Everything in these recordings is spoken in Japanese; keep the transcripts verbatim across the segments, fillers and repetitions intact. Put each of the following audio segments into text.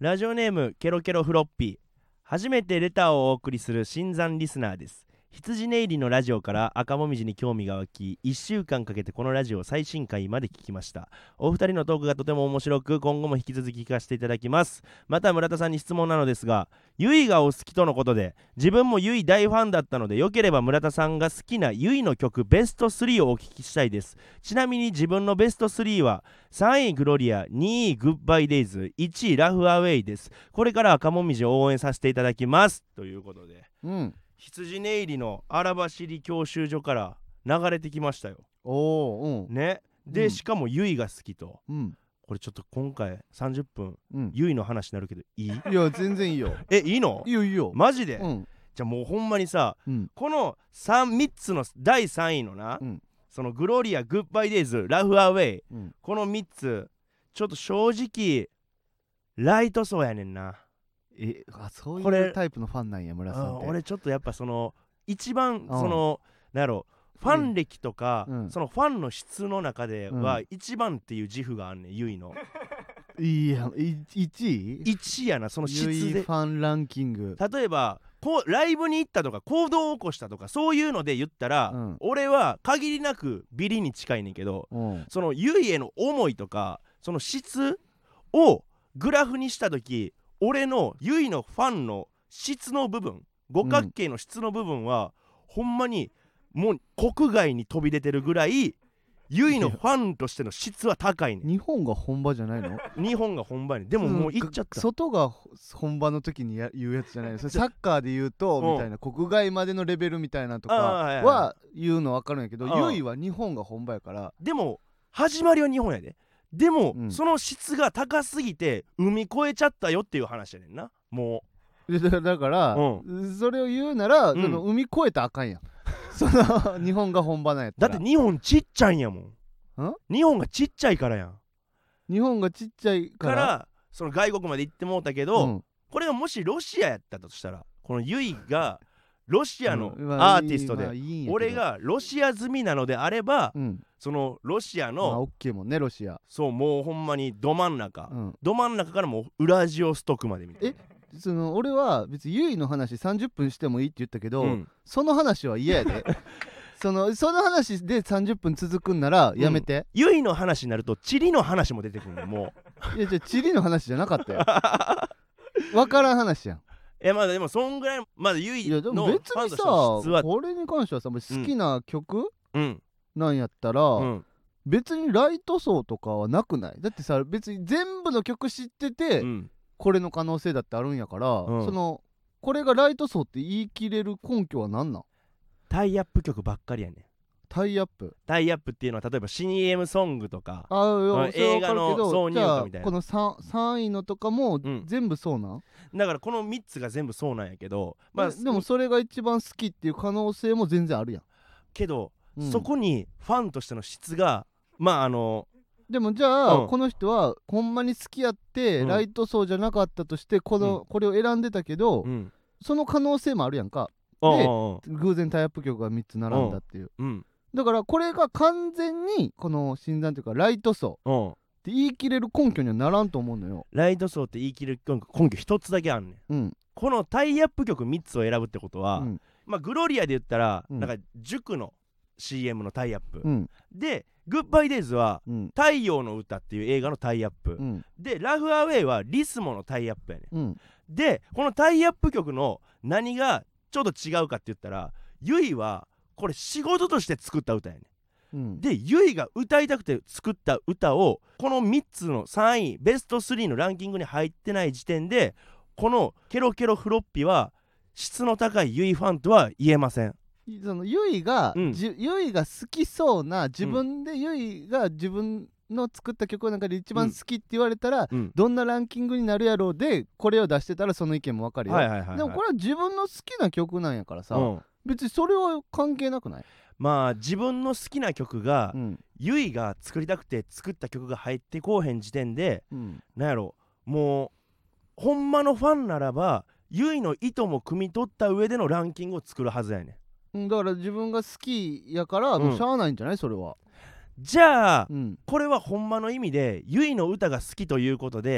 ラジオネームケロケロフロッピー。初めてレターをお送りする新参リスナーです。羊ネイリのラジオから赤もみじに興味が湧き、いっしゅうかんかけてこのラジオ最新回まで聞きました。お二人のトークがとても面白く、今後も引き続き聞かせていただきます。また村田さんに質問なのですが、ゆいがお好きとのことで、自分もゆい大ファンだったので、よければ村田さんが好きなゆいの曲ベストスリーをお聞きしたいです。ちなみに自分のベストスリーはさんいグロリア、にいグッバイデイズ、いちいラフアウェイです。これから赤もみじを応援させていただきますということで、 うん、 羊ネイリの荒走り教習所から流れてきましたよ。 おー、うんね。で、 うんしかもゆいが好きと、 うん、 これちょっと今回さんじゅっぷん、 うん、 ゆいの話になるけどいい？ いや全然いいよ。 え、いいの？ いいよいいよ。 マジで？ うん、 じゃあもうほんまにさ、 うん、 この 3, 3つのだいさんいのな、 うん、 そのグロリア、グッバイデイズ、ラフアウェイ、 うん、 このみっつちょっと正直ライト層やねんな。 え、あ、そういこれうタイプのファンなんや村さんって。 俺ちょっとやっぱその一番んそのなんやろファン歴とか、 うん、 そのファンの質の中ではうん一番っていう自負があんねん、ゆいの。 いいやん、いいちいいちいやな、その質ゆいで。 ファンランキング。 例えばこうライブに行ったとか行動を起こしたとかそういうので言ったら、 うん、 俺は限りなくビリに近いねんけど、 うん、 そのゆいへの思いとかその質をグラフにした時、俺のゆいのファンの質の部分、五角形の質の部分は、うん、ほんまにもう国外に飛び出てるぐらいゆいのファンとしての質は高いねん。 日本が本場じゃないの？ 日本が本場にでももう行っちゃった。 外が本場の時にや言うやつじゃないの？それサッカーで言うとみたいな、国外までのレベルみたいなとかは言うの分かるんやけど、ゆいは日本が本場やから。 でも始まりは日本やで。でも、 うん、 その質が高すぎて海越えちゃったよっていう話やねんな。もうだから、うん、それを言うなら、うん、その海越えたらあかんやんその日本が本場なんやったら。 だって日本ちっちゃいんやもん。 ん日本がちっちゃいからやん。 日本がちっちゃいからからその外国まで行ってもうたけど、うん、これがもしロシアやったとしたら、このユイがロシアのアーティストで、うん、いい俺がロシア済みなのであれば、うん、そのロシアの、 まあ、OK もんねロシア。 そうもうほんまにど真ん中、うん、ど真ん中からもうウラジオストクまでみたいな。 えその俺は別にユイの話さんじゅっぷんしてもいいって言ったけど、うん、その話は嫌やでそのその話でさんじゅっぷん続くんならやめて、 うん、ユイの話になるとチリの話も出てくるの。もういやじゃあチリの話じゃなかったよ分からん話やん。 えまだでもそんぐらいまだユイのファンとしての質は、 別にさこれに関してはさ好きな曲、うん、なんやったら、うん、別にライト層とかはなくない？だってさ別に全部の曲知ってて、うん、これの可能性だってあるんやから、うん、そのこれがライト層って言い切れる根拠は何なん？ タイアップ曲ばっかりやねん。 タイアップタイアップっていうのは例えば シーエム ソングとか、 あ映画の挿入歌みたいな。 この 3, さんいのとかも全部そうなん、 うん、だからこのみっつが全部そうなんやけど、まあ、 でもそれが一番好きっていう可能性も全然あるやんけど、うん、そこにファンとしての質がまああのでもじゃあ、うん、この人はほんまに好きやって、うん、ライト層じゃなかったとしてこの、うん、これを選んでたけど、うん、その可能性もあるやんか。で偶然タイアップ曲がみっつ並んだっていう、うん、だからこれが完全にこの診断というかライト層って言い切れる根拠にはならんと思うのよ。 ライト層って言い切れる根拠一つだけあんねん、うん、このタイアップ曲みっつを選ぶってことは、うん、まあグロリアで言ったら、うん、なんか塾の シーエム のタイアップ、うん、でグッバイデイズは、うん、太陽の歌っていう映画のタイアップ、うん、でラフアウェイはリスモのタイアップやね、うん、でこのタイアップ曲の何がちょっと違うかって言ったら、ユイはこれ仕事として作った歌やね、うん、でユイが歌いたくて作った歌をこのみっつのさんいベストスリーのランキングに入ってない時点で、このケロケロフロッピは質の高いユイファンとは言えません。 そのユイが、うん、ユイが好きそうな自分でユイが自分の作った曲の中で一番好きって言われたら、うん、どんなランキングになるやろうでこれを出してたらその意見も分かるよ、はいはいはいはい、でもこれは自分の好きな曲なんやからさ、うん、別にそれは関係なくない？ まあ自分の好きな曲が、うん、ユイが作りたくて作った曲が入ってこうへん時点で、うん、なんやろもうほんまのファンならばユイの意図も汲み取った上でのランキングを作るはずやねん。だから自分が好きやからもうしゃあないんじゃない？それは。 じゃあ、うん、これはほんまの意味でユイの歌が好きということで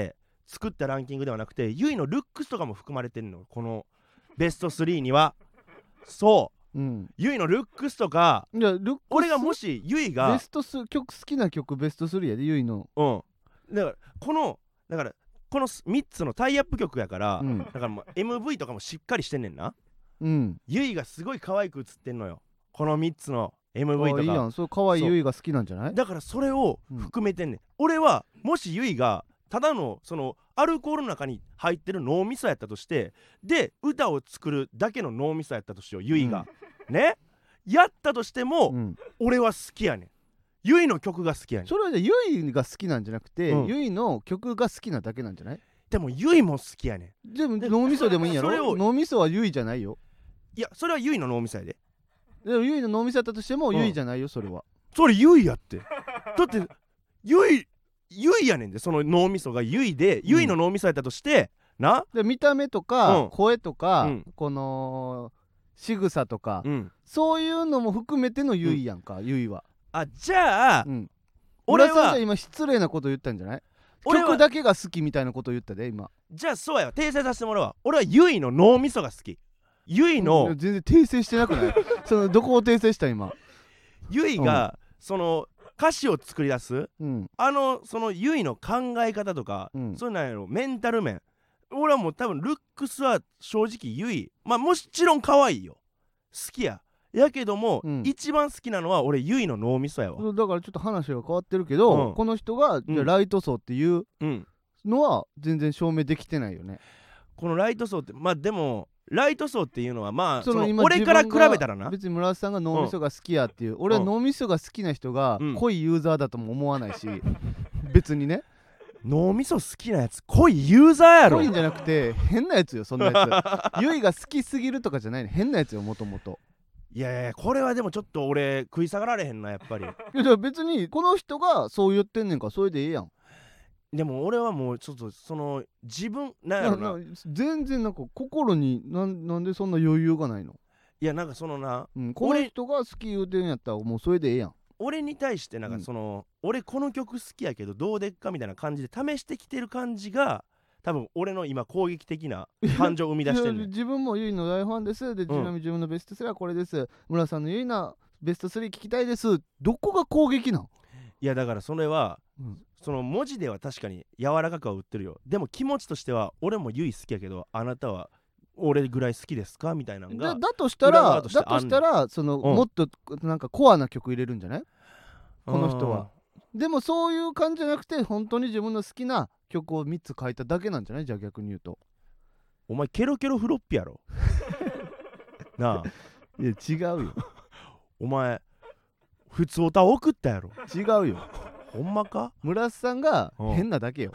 作ったランキングではなくてゆいのルックスとかも含まれてんのこのベストスリーには。そう、うん、ゆいのルックスとか、いやルックス俺がもしゆいがベストス曲好きな曲ベストスリーやでゆいの。 うんだからこのだからこのみっつのタイアップ曲やから、うん、だからもう エムブイ とかもしっかりしてんねんな。うん、ゆいがすごい可愛く映ってんのよこのみっつの エムブイ とか。いいやん、そう可愛いゆいが好きなんじゃない？ だからそれを含めてんねん、うん、俺はもしゆいがただのそのアルコールの中に入ってる脳みそやったとしてで歌を作るだけの脳みそやったとしようゆいが、うん、ねやったとしても、うん、俺は好きやねん。ゆいの曲が好きやねん。 それはゆいが好きなんじゃなくて、うん、ゆいの曲が好きなだけなんじゃない？ でもゆいも好きやねん。でも脳みそでもいいんやろ。脳みそはゆいじゃないよ。 いやそれはゆいの脳みそやで。 でもゆいの脳みそやったとしても、うん、ゆいじゃないよそれは。 それゆいやってだってゆいゆいやねんでその脳みそがゆいで、うん、ゆいの脳みそやったとしてなで見た目とか、うん、声とか、うん、この仕草とか、うん、そういうのも含めてのゆいやんか、ゆいは。 あじゃあ、うん、 俺はさん今失礼なこと言ったんじゃない？曲だけが好きみたいなこと言ったで今。 じゃあそうや訂正させてもらうわ。俺はゆいの脳みそが好き。ゆいの、 うん、全然訂正してなくないそのどこを訂正した今。 ゆいが、うん、その歌詞を作り出す、うん、あのそのゆいの考え方とか、うん、そういうのやろメンタル面。俺はもう多分ルックスは正直ゆいまあもちろん可愛いよ好きややけども、うん、一番好きなのは俺ゆいの脳みそやわ。 だからちょっと話が変わってるけど、うん、この人がじゃライト層っていうのは全然証明できてないよね、 このライト層ってまあでもライト層っていうのはまあその俺から比べたらな別に村田さんが脳みそが好きやっていう、うん、俺は脳みそが好きな人が濃いユーザーだとも思わないし、うん、別にね脳みそ好きなやつ濃いユーザーやろ。 濃いんじゃなくて変なやつよそんなやつゆいが好きすぎるとかじゃないね変なやつよもともと。 いやいやこれはでもちょっと俺食い下がられへんなやっぱり。いやじゃあ別にこの人がそう言ってんねんからそれでええやん。 でも俺はもうちょっとその自分なんやろな全然なんか心にな ん, なんでそんな余裕がないの。 いやなんかそのな、 うん、この人が好き言うてんやったらもうそれでええやん。 俺に対してなんかその、うん、俺この曲好きやけどどうでっかみたいな感じで試してきてる感じが多分俺の今攻撃的な感情を生み出してる、ね、 自分もゆいの大ファンですで、うん、ちなみに自分のベストスリーはこれです、村さんのゆいなベストスリー聞きたいです。どこが攻撃なん？ いやだからそれは、うん、その文字では確かに柔らかくは売ってるよ。でも気持ちとしては俺もゆい好きやけどあなたは俺ぐらい好きですかみたいなのがだ, だとしたらだとしたらその、うん、もっとなんかコアな曲入れるんじゃないこの人は。でもそういう感じじゃなくて本当に自分の好きな曲をみっつ書いただけなんじゃない？じゃあ逆に言うとお前ケロケロフロッピやろなあ。 いや違うよお前普通歌送ったやろ。 違うよほんまか？ 村瀬さんが変なだけよ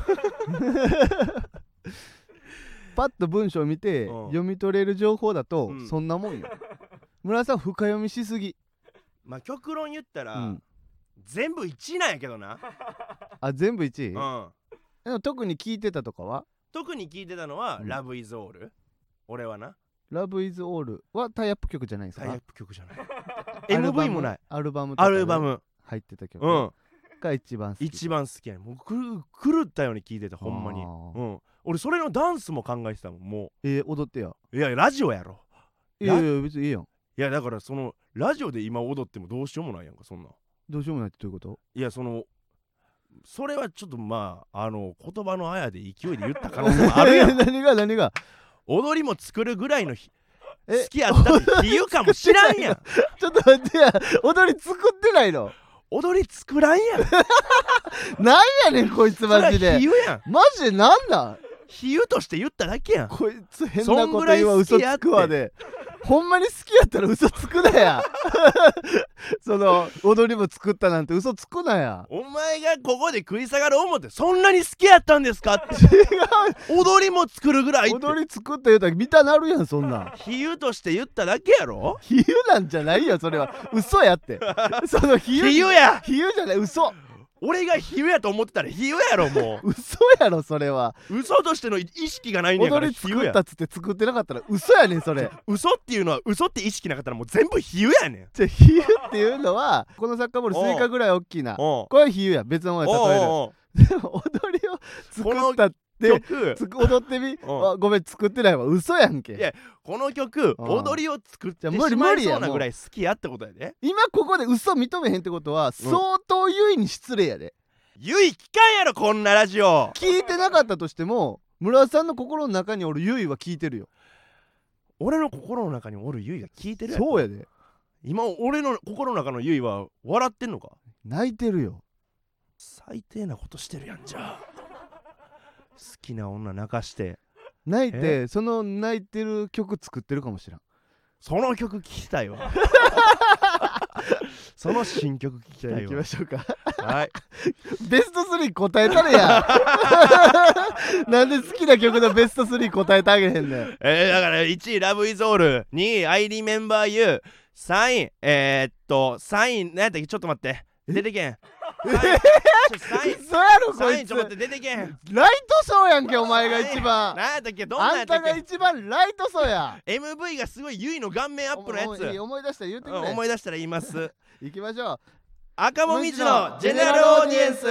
パッと文章を見て読み取れる情報だと、うん、そんなもんよ。村瀬さん深読みしすぎ。 まあ極論言ったら、うん、全部いちいなんやけどなあ全部いちい、 うん、 でも特に聞いてたとかは特に聞いてたのは、うん、Love is All 俺はな Love is All はタイアップ曲じゃないんですか？ タイアップ曲じゃないエムブイ もないアルバムとかアルバム入ってた曲、 うん、 が一番好き。 一番好きやね。もう狂ったように聞いてたほんまに、うん、俺それのダンスも考えてたもんもう。 えー、踊ってや。 いやラジオやろ。 いやいや別にいいやん。いやだからそのラジオで今踊ってもどうしようもないやんかそんな。 どうしようもないってどういうこと？ いやそのそれはちょっとまああの言葉のあやで勢いで言った可能性もあるやん何が何が踊りも作るぐらいの好きやったって言うかもしらんやんちょっと待ってや踊り作ってないの？ 踊り作らんやんなんやねんこいつマジで。 比喩やんマジでなんだ比喩として言っただけやん。 こいつ変なこと言うわ嘘つくわでほんまに好きやったら嘘つくなやその踊りも作ったなんて嘘つくなや。 お前がここで食い下がる思ってそんなに好きやったんですかって違う踊りも作るぐらいって踊り作った言うたら見たなるやんそんなん比喩として言っただけやろ。 比喩なんじゃないよそれは嘘やってその比喩比喩や比喩じゃない嘘。 俺が比喩やと思ってたら比喩やろもう嘘やろそれは。 嘘としての意識がないんだから。 踊り作ったっつって作ってなかったら嘘やねんそれ。 嘘っていうのは嘘って意識なかったらもう全部比喩やねん。 じゃ比喩っていうのはこのサッカーボールスイカぐらい大きなこれは比喩や別のもので例える。でも踊りを作ったっ曲踊ってみ、うん、あごめん作ってないわ嘘やんけ。 いやこの曲踊りを作ってしまいそうなぐらい好きやってことやで。 今ここで嘘認めへんってことは、うん、相当ゆいに失礼やで。 ゆい聞かんやろこんなラジオ。 聞いてなかったとしても村田さんの心の中におるゆいは聞いてるよ。 俺の心の中におるゆいが聞いてるやろ。そうやで。 今俺の心の中のゆいは笑ってんのか。 泣いてるよ。 最低なことしてるやん。じゃあ好きな女泣かして泣いて、その泣いてる曲作ってるかもしれん。 その曲聴きたいわその新曲聴きたいわ。 行きましょうかはいベストスリー答えたれやなんで好きな曲のベストスリー答えてあげへんねん。 えー、だからいちいラブイズオール、にい I remember you、 さんいえー、っとさんい何やったっけ、ちょっと待って出てけん。 え嘘やろこいつ。 ちょっと待って出てけん。 ライト層やんけお前が一番。 何やったっけ、どんなんやったっけ。 あんたが一番ライト層や。 エムブイ がすごいゆいの顔面アップのやつ。 思い出したら言ってくれ、うん、 思い出したら言います行きましょう。 赤もみじのジェネラルオーディエンス。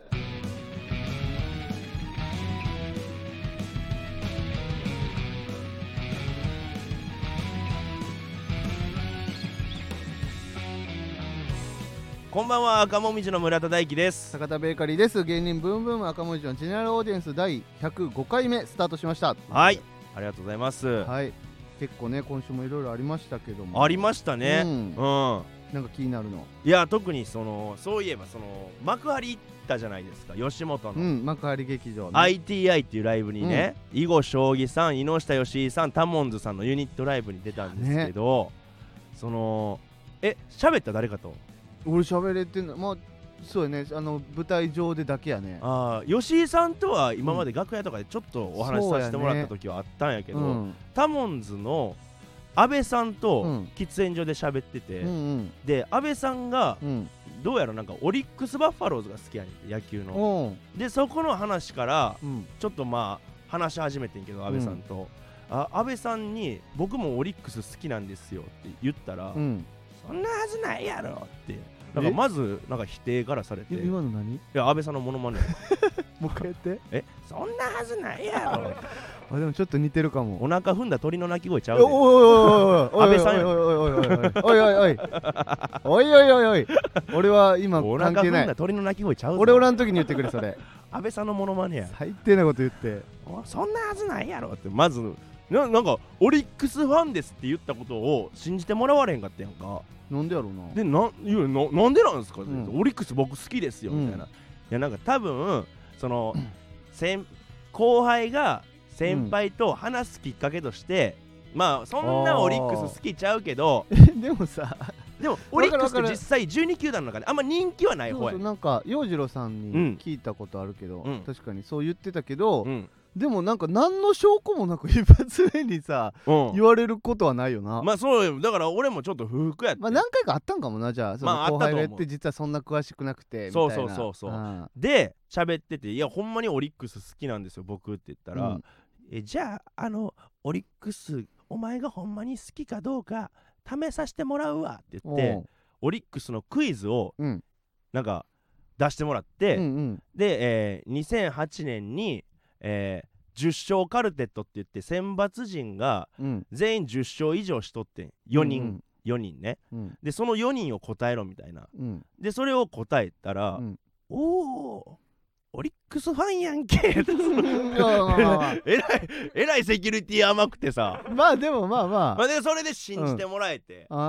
こんばんは、赤もみじの村田大樹です。 坂田ベーカリーです。芸人ブームブーム赤もみじのジェネラルオーディエンスだいひゃくごかいめスタートしました。 はい、ありがとうございます。 はい、結構ね今週もいろいろありましたけども。 ありましたね。うん、うん、 なんか気になるの。 いや特にそのそういえばその幕張行ったじゃないですか、吉本の、 うん、幕張劇場、ね、 アイティーアイ っていうライブにね、うん、囲碁将棋さん、井下義井さん、タモンズさんのユニットライブに出たんですけど、ね、そのえ喋った誰かと。 俺喋れてんの、まあそうやね、あの舞台上でだけやね。 ああ、吉井さんとは今まで楽屋とかでちょっとお話しさせてもらった時はあったんやけど、うん、タモンズの安倍さんと喫煙所で喋ってて、うんうん、で安倍さんが、うん、どうやらなんかオリックスバッファローズが好きやねん、野球の。でそこの話から、うん、ちょっとまあ話し始めてんけど安倍さんと、うん、あ安倍さんに僕もオリックス好きなんですよって言ったら、うん、そんなはずないやろってなんかまずなんか否定からされて。 今の何？いや安倍さんのモノマネもう一回やって。 えそんなはずないやろあでもちょっと似てるかも。 お腹踏んだ鳥の鳴き声ちゃうで。 おいおいおいおいおい安倍さんよ。 おいおいおいおいおいおいおいおいおいおい俺は今関係ない。お腹踏んだ鳥の鳴き声ちゃう。 俺おらん時に言ってくれそれ。 安倍さんのモノマネや。 最低なこと言って。 そんなはずないやろってまず な, なんかオリックスファンですって言ったことを信じてもらわれへんかったやんか。 なんでやろうな。 で な, いや な, なんでなんですか、うん、オリックス僕好きですよみたいな、うん、いやなんか多分その、うん、先後輩が先輩と話すきっかけとして、うん、まあそんなオリックス好きちゃうけどでもさでもオリックスって実際じゅうに球団の中であんま人気はない方や。 そうそうなんか洋次郎さんに聞いたことあるけど、うん、確かにそう言ってたけど、うんでもなんか何の証拠もなく一発目にさ、うん、言われることはないよな。 まあそうよ。だから俺もちょっと不服やって。 まあ何回かあったんかもな。じゃあその後輩が言って実はそんな詳しくなくてみたいな。 そうそうそうそう、うん、で喋ってていやほんまにオリックス好きなんですよ僕って言ったら、うん、えじゃああのオリックスお前がほんまに好きかどうか試させてもらうわって言ってオリックスのクイズをなんか出してもらって、うんうん、で、えー、にせんはちねんにえー、じゅっ勝カルテットって言って選抜陣が全員じゅっ勝以上しとってんよにん、うんうん、よにんね、うん、でそのよにんを答えろみたいな、うん、でそれを答えたら、うん、おーオリックスファンやんけえらいえらいセキュリティ甘くてさまあでもまあまあ、まあ、 でそれで信じてもらえて、 うん、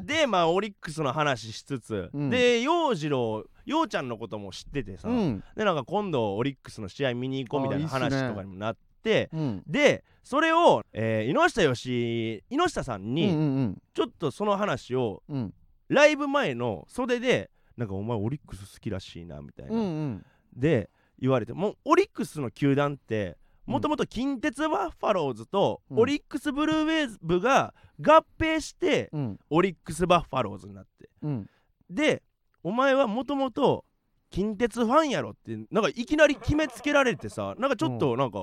でまあオリックスの話しつつ、うん、で陽次郎陽ちゃんのことも知っててさ、うん、でなんか今度オリックスの試合見に行こうみたいな話とかにもなって、いいっすね、でそれを、えー、井下よし井下さんに、うんうんうん、ちょっとその話を、うん、ライブ前の袖でなんかお前オリックス好きらしいなみたいな、うんうんで言われてもうオリックスの球団ってもともと近鉄バッファローズとオリックスブルーウェーブが合併して、うん、オリックスバッファローズになって、うん、でお前はもともと近鉄ファンやろってなんかいきなり決めつけられてさなんかちょっとなんか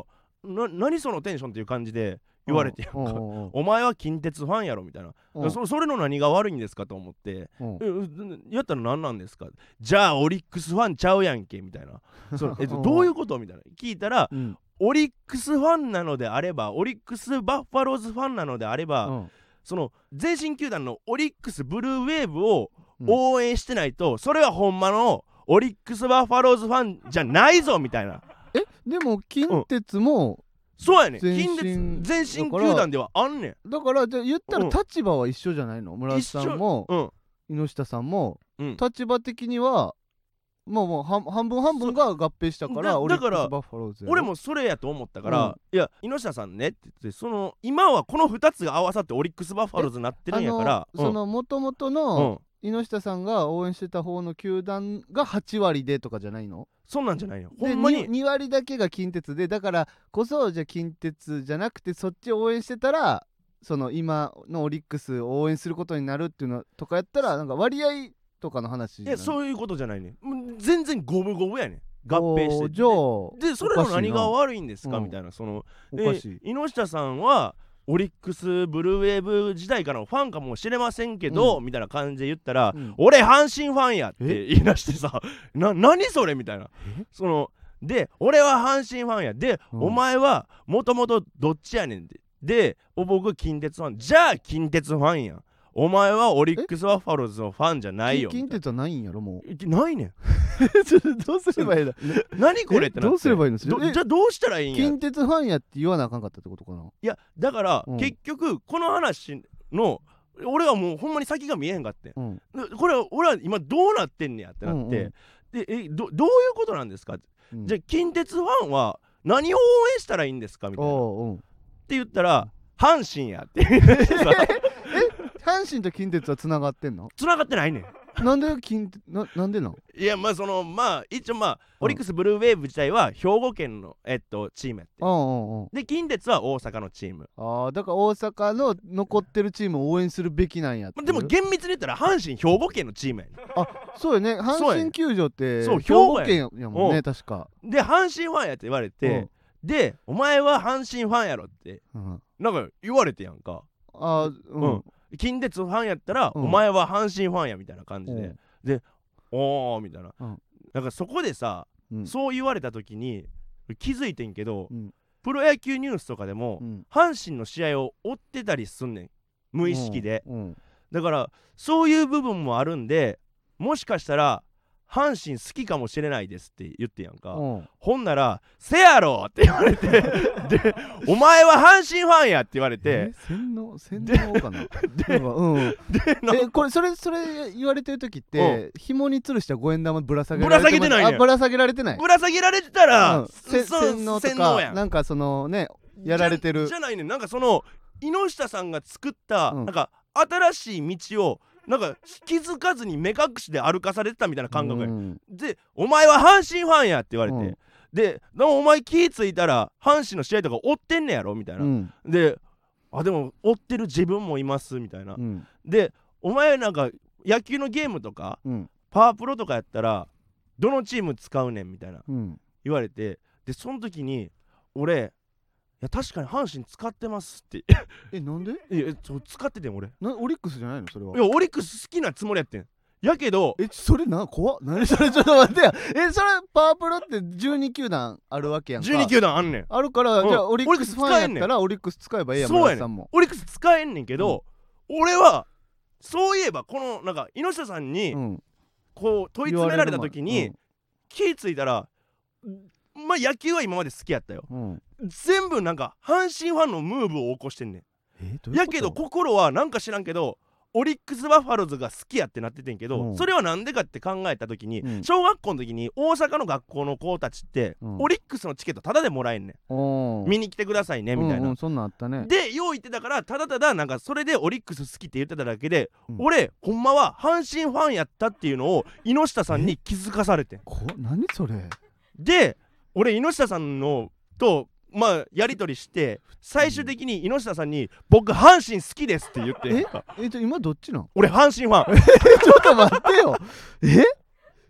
な何そのテンションっていう感じで言われてやんか、お前は近鉄ファンやろみたいな、そ, それの何が悪いんですかと思って、やったら何なんですか、じゃあオリックスファンちゃうやんけみたいなそれ、えっと、どういうことみたいな聞いたら、うん、オリックスファンなのであれば、オリックスバッファローズファンなのであれば、うん、その前身球団のオリックスブルーウェーブを応援してないと、うん、それはほんまのオリックスバッファローズファンじゃないぞみたいな。 えでも近鉄も、うん、 そうやねん、近鉄前身球団ではあんねん。だからじゃ言ったら立場は一緒じゃないの、うん、村田さんも、うん、猪下さんも、うん、立場的にはもうもう半分半分が合併したからオリックスバッファローズやろ。 俺もそれやと思ったから、うん、いや猪下さんねって言って、その今はこのふたつが合わさってオリックスバッファローズになってるんやから、 その元々の猪下さんが応援してた方の球団がはちわりでとかじゃないの？ そんなんじゃないよ、ほんまに 2, にわりだけが近鉄で、だからこそじゃあ近鉄じゃなくてそっちを応援してたらその今のオリックスを応援することになるっていうのとかやったらなんか割合とかの話。 いやそういうことじゃないね、全然五分五分やね、合併して。 じゃあでそれの何が悪いんですか、うん、みたいな、そのおかしい。 猪下さんはオリックスブルーウェーブ時代からのファンかもしれませんけど、うん、みたいな感じで言ったら、うん、俺阪神ファンやって言い出してさ、な何それみたいな、そので俺は阪神ファンやで、うん、お前はもともとどっちやねんで、で僕近鉄ファン、じゃあ近鉄ファンやん、お前はオリックスバッファローズのファンじゃないよ。 近鉄はないんやろもう。ないねんどうすればいいの何これってなって、 どうすればいいの？じゃあどうしたらいいんや。 近鉄ファンやって言わなあかんかったってことかな。 いやだから、うん、結局この話の俺はもうほんまに先が見えへんかって、うん、これは俺は今どうなってんねやってなって、うんうん、でえ ど, どういうことなんですか、うん、じゃあ近鉄ファンは何を応援したらいいんですかみたいな、うん、って言ったら阪神やって阪神と近鉄はつながってんの？ つながってないねん。 なんで近ななんでなん？ いやまあそのまあ一応まあ、うん、オリックスブルーウェーブ自体は兵庫県のえっとチームやって、うんうんうん、で近鉄は大阪のチーム。 ああだから大阪の残ってるチームを応援するべきなんやって。 でも厳密に言ったら阪神兵庫県のチームやねん。 あそうよね、阪神球場ってそう兵庫県やもんね、うん、確か。 で阪神ファンやって言われて、うん、でお前は阪神ファンやろって、うん、なんか言われてやんか。 あうん、うん近鉄ファンやったら、うん、お前は阪神ファンやみたいな感じで、うん、でおーみたいな、うん、なんかそこでさ、うん、そう言われた時に気づいてんけど、うん、プロ野球ニュースとかでも、うん、阪神の試合を追ってたりすんねん無意識で、うんうん、だからそういう部分もあるんで、もしかしたら阪神好きかもしれないですって言ってやんか、うん、ほんならせやろって言われてでお前は阪神ファンやって言われて、 え洗脳洗脳かなで、うん、でえこれそれそれ言われてる時って、うん、紐に吊るした五円玉ぶら下げられてぶら下げてないね。 あぶら下げられてない。 ぶら下げられてたら、うん、 洗脳とかなんかそのねやられてるじゃ、じゃないねん。なんかその猪下さんが作った、うん、なんか新しい道をなんか気づかずに目隠しで歩かされてたみたいな感覚や、うん、でお前は阪神ファンやって言われて、うん、ででもお前気ついたら阪神の試合とか追ってんねやろみたいな、うん、であでも追ってる自分もいますみたいな、うん、でお前なんか野球のゲームとか、うん、パワープロとかやったらどのチーム使うねんみたいな、うん、言われて、でその時に俺いや確かに阪神使ってますってえなんで？ いやそう使っててん俺な。オリックスじゃないのそれは？ いやオリックス好きなつもりやってんやけど、 えそれな怖っ何それちょっと待ってやえそれパワープロってじゅうにきゅうだんあるわけやんか。 じゅうにきゅうだんあんねん。 あるから、うん、じゃあオリックスファンやったらオリックス使えばいいやん。 そうやねん、オリックス使えんねんけど、うん、俺はそういえばこのなんか猪下さんに、うん、こう問い詰められた時に、うん、気ぃついたらまあ野球は今まで好きやったよ、うん、全部なんか阪神ファンのムーブを起こしてんねん。 えー、 やけど心はなんか知らんけどオリックスバファローズが好きやってなっててんけど、うん、それはなんでかって考えた時に、うん、小学校の時に大阪の学校の子たちって、うん、オリックスのチケットタダでもらえんねん、見に来てくださいねみたいな、うんうん、 そんなんあったね。 でよう言ってたからただただなんかそれでオリックス好きって言ってただけで、うん、俺ほんまは阪神ファンやったっていうのを猪下さんに気づかされてん。 こ何それで俺猪下さんのとまあやり取りして最終的に猪下さんに僕阪神好きですって言ってええじゃ今どっちなん？ 俺阪神ファンちょっと待ってよえ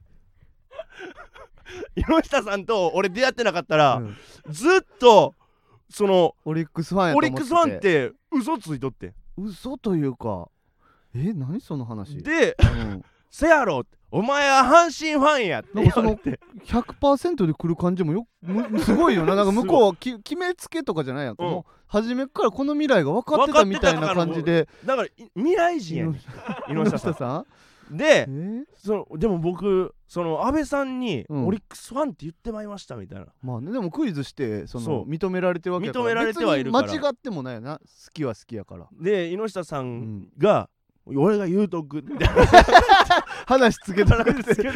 猪下さんと俺出会ってなかったら、うん、ずっとそのオリックスファンやと思ってて、 オリックスファンって嘘ついとってん。 嘘というか、え何その話で、 うん、 せやろお前は阪神ファンやって言われて、 ひゃくパーセント で来る感じもよすごいよな。なんか向こうはき決めつけとかじゃないやんか、うん、もう初めからこの未来が分かってたみたいな感じで、 だから未来人やねん井下さんさんで、そのでも僕その安倍さんにオリックスファンって言ってまいりましたみたいな、うん、 まあね、でもクイズしてその認められてるわけやから、 認められてはいるから別に間違ってもないよな、好きは好きやから。 で井下さんが、うん、俺が言うとくって話つけとくってそんな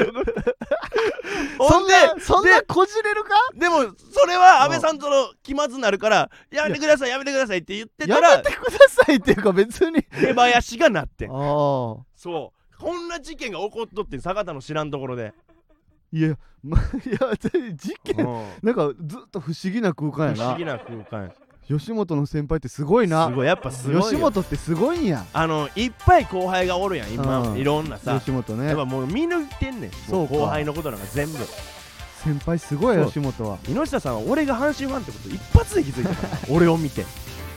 そんなこじれるか。 でもそれは安倍さんとの気まずなるからやめてくださいやめてくださいって言ってたら、 やめてくださいっていうか別に出囃子がなってん。 あそうこんな事件が起こっとってん、坂田の知らんところで。 いや、ま、いや事件、うん、なんかずっと不思議な空間やな。 不思議な空間や。 吉本の先輩ってすごいな。 すごい、やっぱすごい。 吉本ってすごいんや。 あのいっぱい後輩がおるやん今、うん、いろんなさ吉本ね。 やっぱもう見抜いてんねん。そう後輩のことなんか全部。 先輩すごい吉本は。 井下さんは俺が阪神ファンってこと一発で気づいたから俺を見て。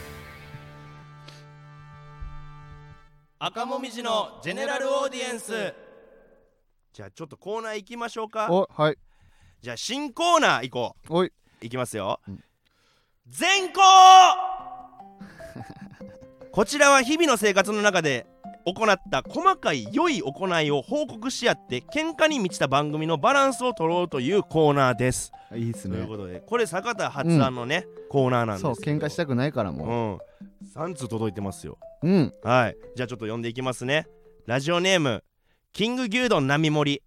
赤もみじのジェネラルオーディエンス。じゃあちょっとコーナー行きましょうか。 お、はい。 じゃあ新コーナー行こう。 おい、 行きますよ、うん、善行こちらは日々の生活の中で行った細かい良い行いを報告し合って喧嘩に満ちた番組のバランスを取ろうというコーナーです。 いいっすね。 ということでこれ坂田発案のね、うん、コーナーなんですけど、 そう喧嘩したくないからもう、うん、さん通届いてますよ。 うん、 はい。じゃあちょっと読んでいきますね。ラジオネームキング牛丼並盛。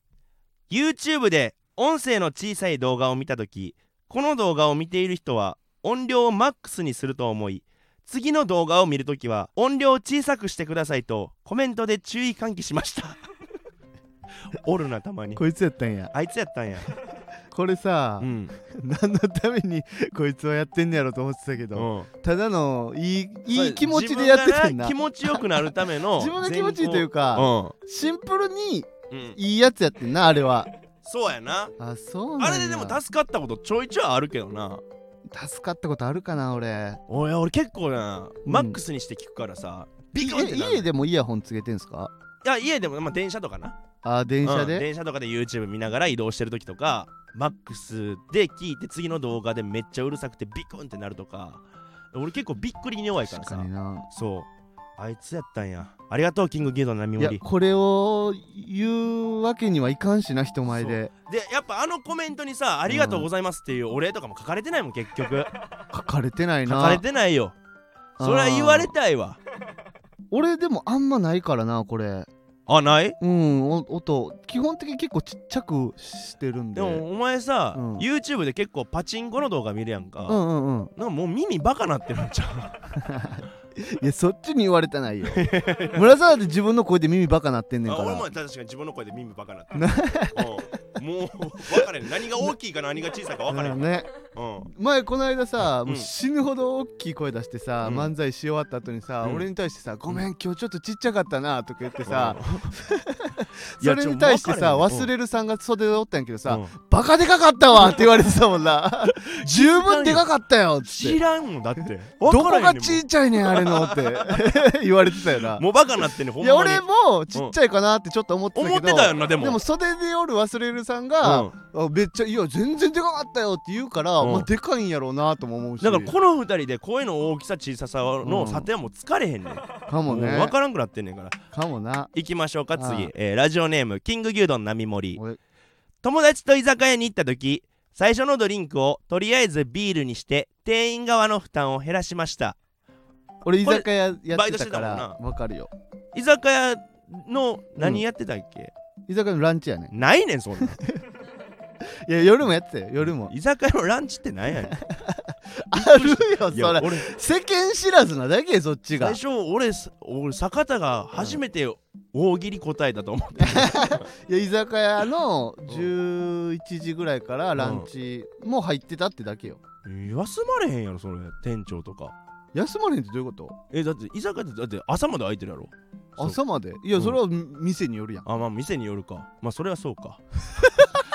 YouTube で音声の小さい動画を見たとき、この動画を見ている人は音量をマックスにすると思い、次の動画を見るときは音量を小さくしてくださいとコメントで注意喚起しましたおるなたまに。 こいつやったんや。 あいつやったんや。 これさ、うん、何のためにこいつはやってんねやろと思ってたけど、うん、ただのいい、いい気持ちでやってたんな。 気持ちよくなるための自分の気持ちいいというか、うん、シンプルにうんいいやつやってんなあれは。 そうやな。 あ、そうなんや。 あれででも助かったことちょいちょいあるけどな。 助かったことあるかな俺。 おい俺結構な、うん、マックスにして聞くからさ、ビクンってなる。 家でもイヤホンつけてんすか？ いや家でも、まあ、電車とかな。 あ、電車で、 うん、電車とかで YouTube 見ながら移動してる時とかマックスで聞いて次の動画でめっちゃうるさくてビクンってなるとか、俺結構びっくりに弱いからさ。 確かにな。 そうあいつやったんや。ありがとうキングギド並盛。 いやこれを言うわけにはいかんしな人前で。 でやっぱあのコメントにさありがとうございますっていうお礼とかも書かれてないもん結局。 書かれてないな。 書かれてないよ。それは言われたいわ。 俺でもあんまないからなこれ。 あ、ない？ うん、音基本的に結構ちっちゃくしてるんで。 でもお前さ、うん、YouTube で結構パチンコの動画見るやんか。うんうんうん。なんかもう耳バカなってるんちゃう？ いやそっちに言われたないよ。村沢って自分の声で耳バカなってんねんから。 俺も確かに自分の声で耳バカなってる。もう分かれん。何が大きいか何が小さいか分かれんね。 うん、前この間さ、うん、もう死ぬほど大きい声出してさ、うん、漫才し終わった後にさ、うん、俺に対してさ、ごめん今日ちょっとちっちゃかったなとか言ってさ、うん、それに対してさ忘れるさんが袖でおったんやけどさ、うん、バカでかかったわって言われてたもんな。十分でかかったよって知らんもんだって。 どこがちっちゃいねんあれのって言われてたよな。 もうバカなってんねんほんまに。 いや俺もちっちゃいかなってちょっと思ってたけど、 思ってたよな。でもでも袖でおる忘れるさんが、うん、めっちゃいや全然でかかったよって言うから、うん、まあでかいんやろうなとも思うし。 だからこのふたりで声の大きさ小ささの査定はもう疲れへんねん、うん、 かもね。 分からんくなってんねんからかもな。 行きましょうか次。えー、ラジオネームキング牛丼並盛。友達と居酒屋に行った時最初のドリンクをとりあえずビールにして店員側の負担を減らしました。 俺居酒屋やってたから分かるよ。 居酒屋の何やってたっけ、 うん、居酒屋のランチやねん。 ないねんそんな。 いや夜もやってたよ夜も。 居酒屋のランチって何やねん。 あるよそれ。世間知らずなだけそっちが。 最初俺俺坂田が初めて大喜利答えだと思って、 うん、いや居酒屋のじゅういちじぐらいからランチも入ってたってだけよ。 休まれへんやろそれ店長とか。 休まれへんってどういうこと？ えだって居酒屋ってだって朝まで開いてるやろ。 朝まで？いやそれは店によるやん、 うん、あまあ店によるか。まあそれはそうか。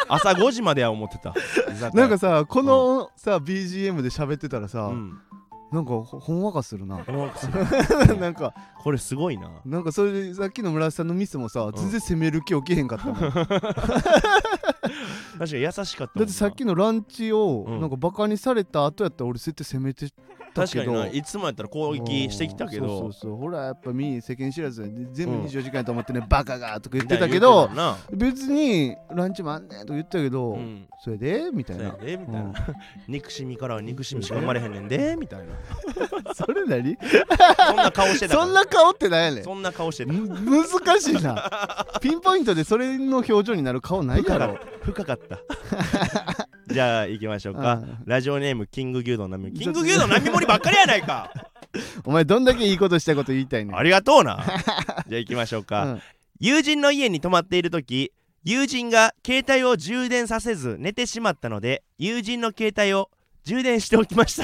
朝ごじまでは思ってた。 なんかさこの、うん、さ ビージーエム で喋ってたらさ、うん、なんかほんわかするな。ほんわかするなんかこれすごいな。 なんかそれでさっきの村瀬さんのミスもさ、うん、全然責める気起きへんかったもん確かに優しかったもんな。 だってさっきのランチを、うん、なんかバカにされた後やったら俺そうやって責めてたけど、 確かにないつもやったら攻撃してきたけど、 そうそうそうほらやっぱみ世間知らずで全部にじゅうよじかんやと思ってね、うん、バカがとか言ってたけど、別にランチもあんねんとか言ったけど、うん、それでみたいな、 それでみたいな、うん、憎しみからは憎しみしか生まれへんねんでみたいなそれ何そんな顔してた。 そんな顔って何やねん。 そんな顔してた。 難しいなピンポイントでそれの表情になる顔ないやろ。 深かったじゃあ行きましょうか。ラジオネームキング牛丼並盛り。キング牛丼並盛りばっかりやないかお前どんだけいいことしたこと言いたいねん。 ありがとうなじゃあ行きましょうか、うん、友人の家に泊まっている時、友人が携帯を充電させず寝てしまったので、友人の携帯を充電しておきました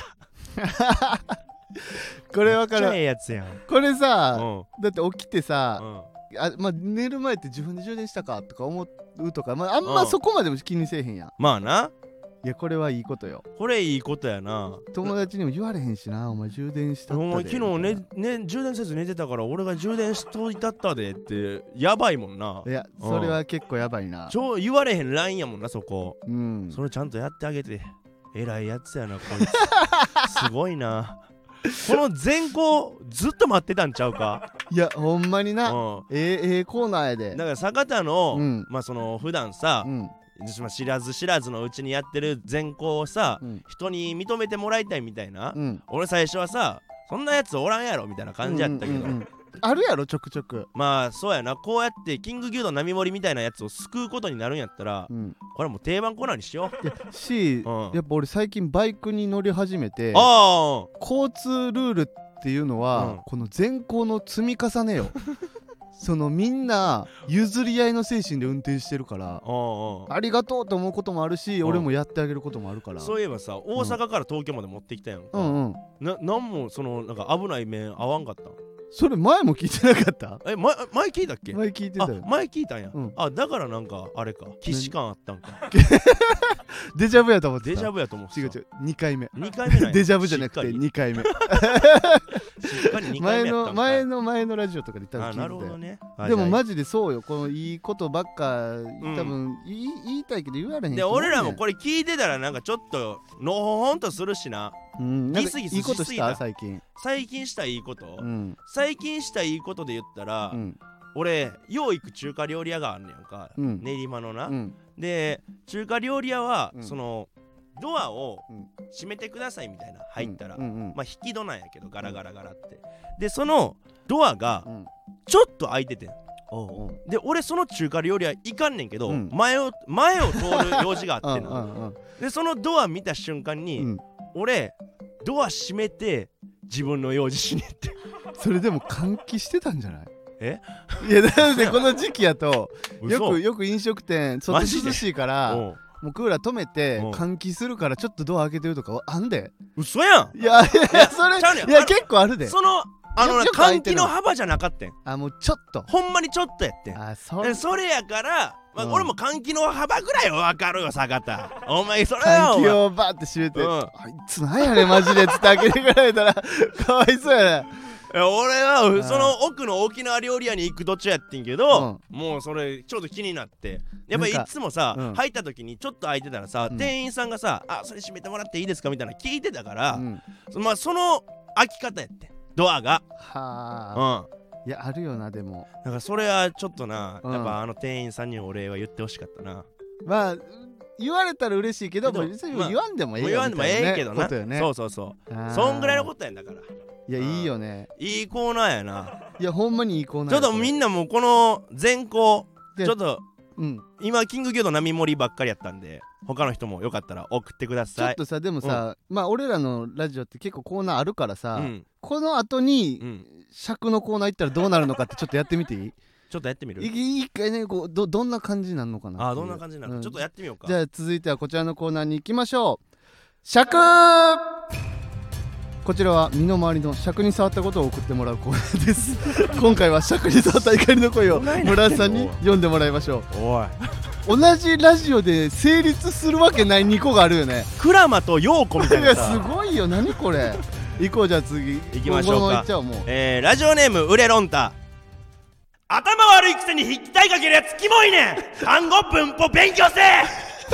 これわかる。 めっちゃええやつやんこれさ、うん、だって起きてさ、うん、あまあ、寝る前って自分で充電したかとか思うとか、まあ、あんまそこまでも気にせえへんやん。 まあな。 いやこれはいいことよ。 これいいことやな。 友達にも言われへんしな、お前充電したったで。お前昨日ね、ね充電せず寝てたから俺が充電しといたったでってやばいもんな。 いやそれは結構やばいな。 ちょ言われへんラインやもんなそこ。 うん。 それちゃんとやってあげて。偉いやつやなこいつすごいな。この全校ずっと待ってたんちゃうか。 いやほんまにな、うん、えええコーナーやで。 だから坂田の、うん、まあその普段さ、うん、知らず知らずのうちにやってる全校をさ、うん、人に認めてもらいたいみたいな、うん、俺最初はさそんなやつおらんやろみたいな感じやったけど、うんうんうん、 あるやろちょくちょく。 まあそうやな。こうやってキング牛丼並盛りみたいなやつを救うことになるんやったら、うん、これはもう定番コーナーにしようし、うん、やっぱ俺最近バイクに乗り始めて、あ交通ルールっていうのは、うん、この全校の積み重ねよそのみんな譲り合いの精神で運転してるから、ありがとうと思うこともあるし、俺もやってあげることもあるから。 そういえばさ大阪から東京まで持ってきたやんか、うんうん、ななんもそのなんか危ない面合わんかった。 それ前も聞いてなかった？ え、ま、前聞いたっけ？ 前聞いてたよ。 前聞いたんや、うん、あだからなんかあれか既視感あったんかデジャブやと思ってた。デジャブやと思ってた。 違う違うにかいめにかいめなんやデジャブじゃなくてにかいめしっかりにかいめやったんか。 前の前の前のラジオとかで多分聞いてたよ。 なるほどね。 でもマジでそうよ。このいいことばっか、うん、多分言い、言いたいけど言われへん。 で俺らもこれ聞いてたらなんかちょっとのほほんとするしな。 うん、なんかいいことした最近。 最近したいいこと、 うん、 最近したいいことで言ったら、うん、俺よう行く中華料理屋があんねんか、うん、練馬のな、うん、で中華料理屋は、うん、そのドアを閉めてくださいみたいな入ったら、うんうんうん、まあ引き戸なんやけどガラガラガラってでそのドアがちょっと開いててん、おうおうで俺その中華料理屋行かんねんけど、うん、前を前を通る用事があってなでそのドア見た瞬間に、うん、俺ドア閉めて自分の用事しに行ってそれでも換気してたんじゃない？ えいやだってこの時期やとよくよく飲食店外涼しいからもうクーラー止めて換気するからちょっとドア開けてるとかあんで。 嘘やん。 いやいやそれいや結構あるで。 そのあの換気の幅じゃなかったん。 あもうちょっとほんまにちょっとやってん。 あそそれやからまあ、うん、俺も換気の幅ぐらいは分かるよ坂田お前それは換気をバーって閉めて、うん、あいつなんやねマジでつって開けてくれたらかわいそうやね。 俺はその奥の沖縄料理屋に行く途中やってんけど、うん、もうそれちょっと気になってやっぱりいつもさ、うん、入った時にちょっと開いてたらさ、うん、店員さんがさあそれ閉めてもらっていいですかみたいな聞いてたから、うん、まあその開き方やってドアがはあ、うん、いやあるよな。でもだからそれはちょっとな、うん、やっぱあの店員さんにお礼は言ってほしかったな。 まあ言われたら嬉しいけども言わんでもええよみたいな、ね、言わんでもええけどな、 ね、そうそうそうそんぐらいのことやんだから。 いやいいよね。 いいコーナーやな。 いやほんまにいいコーナー。 ちょっとみんなもこの全校ちょっと、うん、今キング牛丼並盛りばっかりやったんで他の人もよかったら送ってください。 ちょっとさでもさ、うん、まあ俺らのラジオって結構コーナーあるからさ、うん、この後に、うん、尺のコーナー行ったらどうなるのかってちょっとやってみていい？ ちょっとやってみる？ 一回ねこう ど, どんな感じになるのかな。 あどんな感じになるのか、うん、ちょっとやってみようか。 じゃあ続いてはこちらのコーナーに行きましょう。尺。こちらは身の回りの尺に触ったことを送ってもらうコーナーです今回は尺に触った怒りの声を村田さんに読んでもらいましょう。 おい同じラジオで成立するわけないにこがあるよね。 クラマとヨーコみたいなさ。 いやすごいよ、何これ。行こう、じゃあ次行きましょうか。 行っちゃおうもう。 えー、ラジオネームウレロンタ。頭悪いくせに筆記体かけるやつキモいねん。単語文法勉強せえ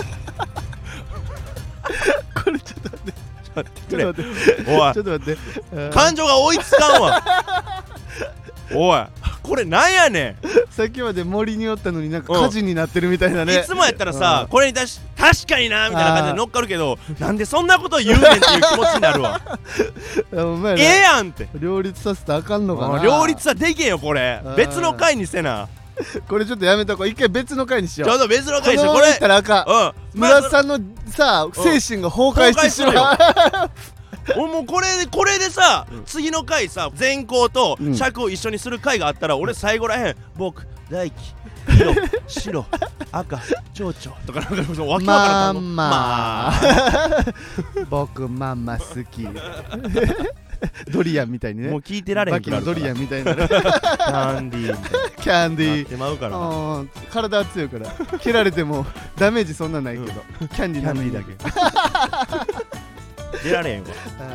これちょっと待ってちょっと待っておいちょっと待って感情が追いつかんわおいこれなんやねん。 さっきまで森におったのになんか火事になってるみたいなね。 いつもやったらさ、これに対し確かになみたいな感じで乗っかるけど、なんでそんなこと言うねんっていう気持ちになるわええやんって。 両立させたらあかんのかな。 両立はできんよこれ。別の回にせな。 これちょっとやめとこう。一回別の回にしよう。 ちょっと別の回にしよう。 これったらあかん、 うん、 村田さんのさ精神が崩壊してしまう。 俺もうこれでこれでさ、うん、次の回さ前行と尺を一緒にする回があったら、うん、俺最後らへん僕大輝色白赤蝶々とかなんかわけわからんまんまー僕ママ好きドリアンみたいにね。 もう聞いてられへんバキのドリアンみたいなキャンディーみたいなキャンディーなってまうからな。 体は強いから蹴られてもダメージそんなないけど、うん、キャンディーキャンディーだけ出られへんわ。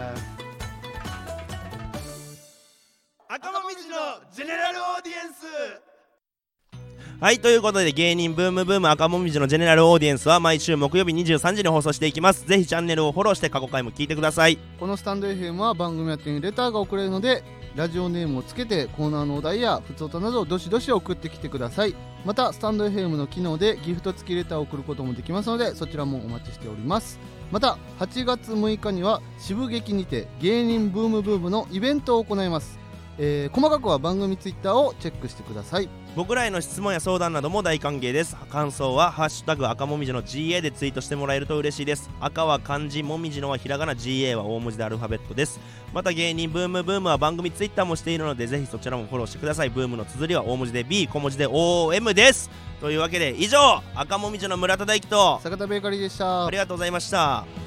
赤もみじのジェネラルオーディエンス。はい、ということで芸人ブームブーム赤もみじのジェネラルオーディエンスは毎週木曜日にじゅうさんじに放送していきます。ぜひチャンネルをフォローして過去回も聞いてください。 このスタンド エフエム は番組宛てにレターが送れるので、ラジオネームをつけてコーナーのお題やふつおたなどどしどし送ってきてください。またスタンド エフエム の機能でギフト付きレターを送ることもできますので、そちらもお待ちしております。またはちがつむいかには渋劇にて芸人ブームブームのイベントを行います。えー、細かくは番組ツイッターをチェックしてください。 僕らへの質問や相談なども大歓迎です。感想はハッシュタグ赤もみじの ジーエー でツイートしてもらえると嬉しいです。赤は漢字、もみじのはひらがな、 ジーエー は大文字でアルファベットです。また芸人ブームブームは番組ツイッターもしているので、ぜひそちらもフォローしてください。ブームの綴りは大文字で B、 小文字で オーエム です。というわけで以上、赤もみじの村田大樹と坂田ベーカリーでした。 ありがとうございました。